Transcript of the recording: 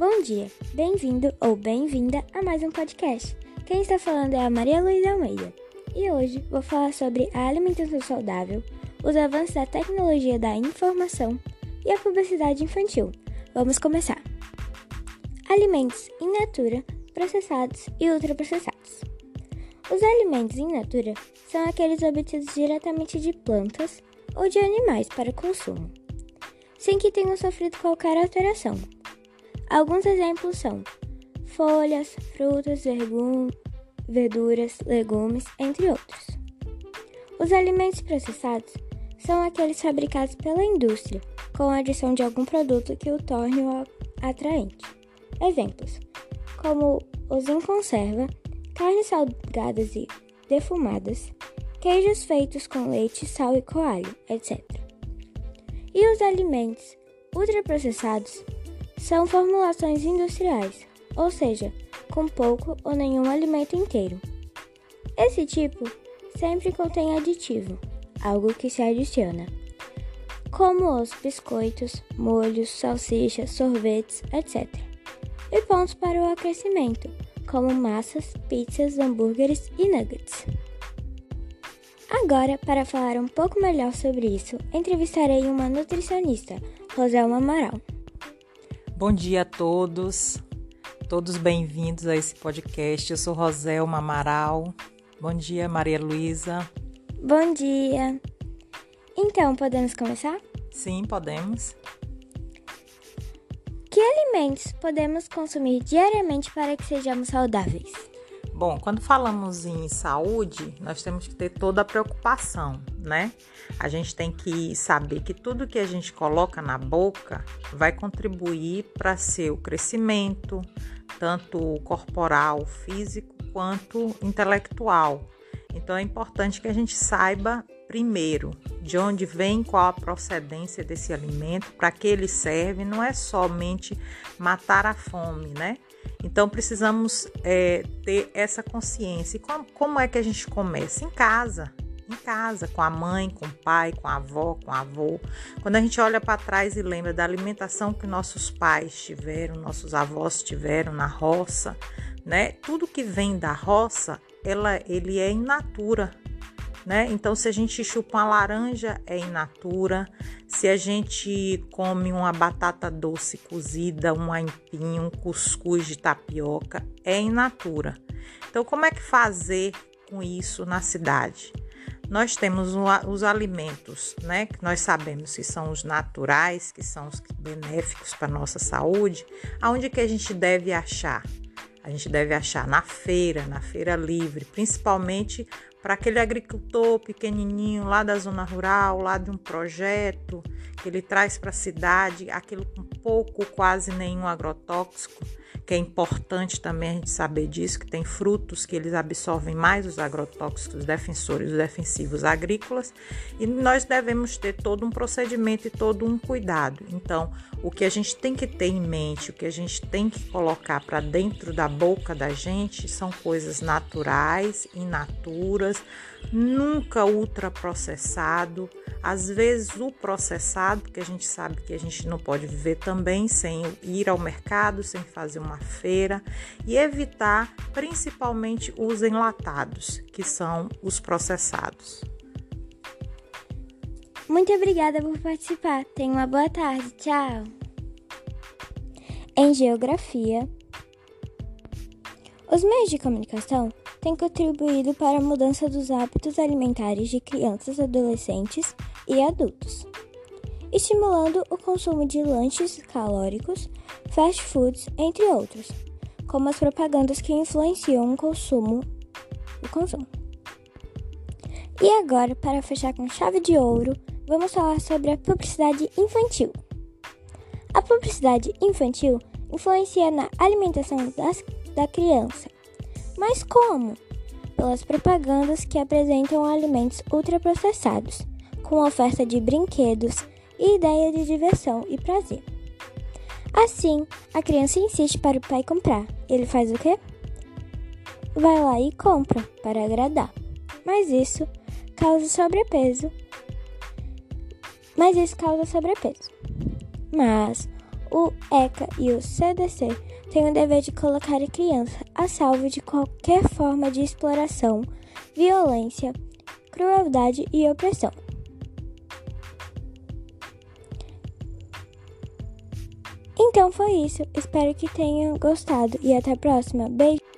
Bom dia, bem-vindo ou bem-vinda a mais um podcast. Quem está falando é a Maria Luísa Almeida. E hoje vou falar sobre a alimentação saudável, os avanços da tecnologia da informação e a publicidade infantil. Vamos começar. Alimentos in natura, processados e ultraprocessados. Os alimentos in natura são aqueles obtidos diretamente de plantas ou de animais para consumo, sem que tenham sofrido qualquer alteração. Alguns exemplos são folhas, frutas, verduras, legumes, entre outros. Os alimentos processados são aqueles fabricados pela indústria, com a adição de algum produto que o torne atraente. Exemplos, como os em conserva, carnes salgadas e defumadas, queijos feitos com leite, sal e coalho, etc. E os alimentos ultraprocessados são formulações industriais, ou seja, com pouco ou nenhum alimento inteiro. Esse tipo sempre contém aditivo, algo que se adiciona, como os biscoitos, molhos, salsichas, sorvetes, etc. E pontos para o aquecimento, como massas, pizzas, hambúrgueres e nuggets. Agora, para falar um pouco melhor sobre isso, entrevistarei uma nutricionista, Roselma Amaral. Bom dia a todos bem-vindos a esse podcast. Eu sou Roselma Amaral. Bom dia, Maria Luísa. Bom dia. Então, podemos começar? Sim, podemos. Que alimentos podemos consumir diariamente para que sejamos saudáveis? Bom, quando falamos em saúde, nós temos que ter toda a preocupação, né? A gente tem que saber que tudo que a gente coloca na boca vai contribuir para seu crescimento, tanto corporal, físico, quanto intelectual. Então, é importante que a gente saiba, primeiro, de onde vem, qual a procedência desse alimento, para que ele serve, não é somente matar a fome, né? Então, precisamos ter essa consciência. E como é que a gente começa? Em casa, com a mãe, com o pai, com a avó, com o avô. Quando a gente olha para trás e lembra da alimentação que nossos pais tiveram, nossos avós tiveram na roça, né? Tudo que vem da roça, ele é in natura, né? Então, se a gente chupa uma laranja, é in natura. Se a gente come uma batata doce cozida, um aipim, um cuscuz de tapioca, é in natura. Então, como é que fazer com isso na cidade? Nós temos os alimentos, né, que nós sabemos que são os naturais, que são os benéficos para a nossa saúde. Aonde que a gente deve achar? A gente deve achar na feira livre, principalmente para aquele agricultor pequenininho lá da zona rural, lá de um projeto que ele traz para a cidade, aquilo com pouco, quase nenhum agrotóxico, que é importante também a gente saber disso, que tem frutos que eles absorvem mais os agrotóxicos defensores, os defensivos agrícolas, e nós devemos ter todo um procedimento e todo um cuidado. Então, o que a gente tem que ter em mente, o que a gente tem que colocar para dentro da boca da gente são coisas naturais, in naturas, nunca ultraprocessado. Às vezes o processado, porque a gente sabe que a gente não pode viver também sem ir ao mercado, sem fazer uma feira, e evitar principalmente os enlatados, que são os processados. Muito obrigada por participar. Tenha uma boa tarde. Tchau. Em geografia, os meios de comunicação têm contribuído para a mudança dos hábitos alimentares de crianças, adolescentes e adultos, estimulando o consumo de lanches calóricos, fast foods, entre outros, como as propagandas que influenciam o consumo. E agora, para fechar com chave de ouro, vamos falar sobre a publicidade infantil. A publicidade infantil influencia na alimentação da criança. Mas como? Pelas propagandas que apresentam alimentos ultraprocessados, com oferta de brinquedos e ideia de diversão e prazer. Assim, a criança insiste para o pai comprar. Ele faz o quê? Vai lá e compra para agradar. Mas isso causa sobrepeso. Mas o ECA e o CDC têm o dever de colocar a criança a salvo de qualquer forma de exploração, violência, crueldade e opressão. Então foi isso. Espero que tenham gostado e até a próxima. Beijo!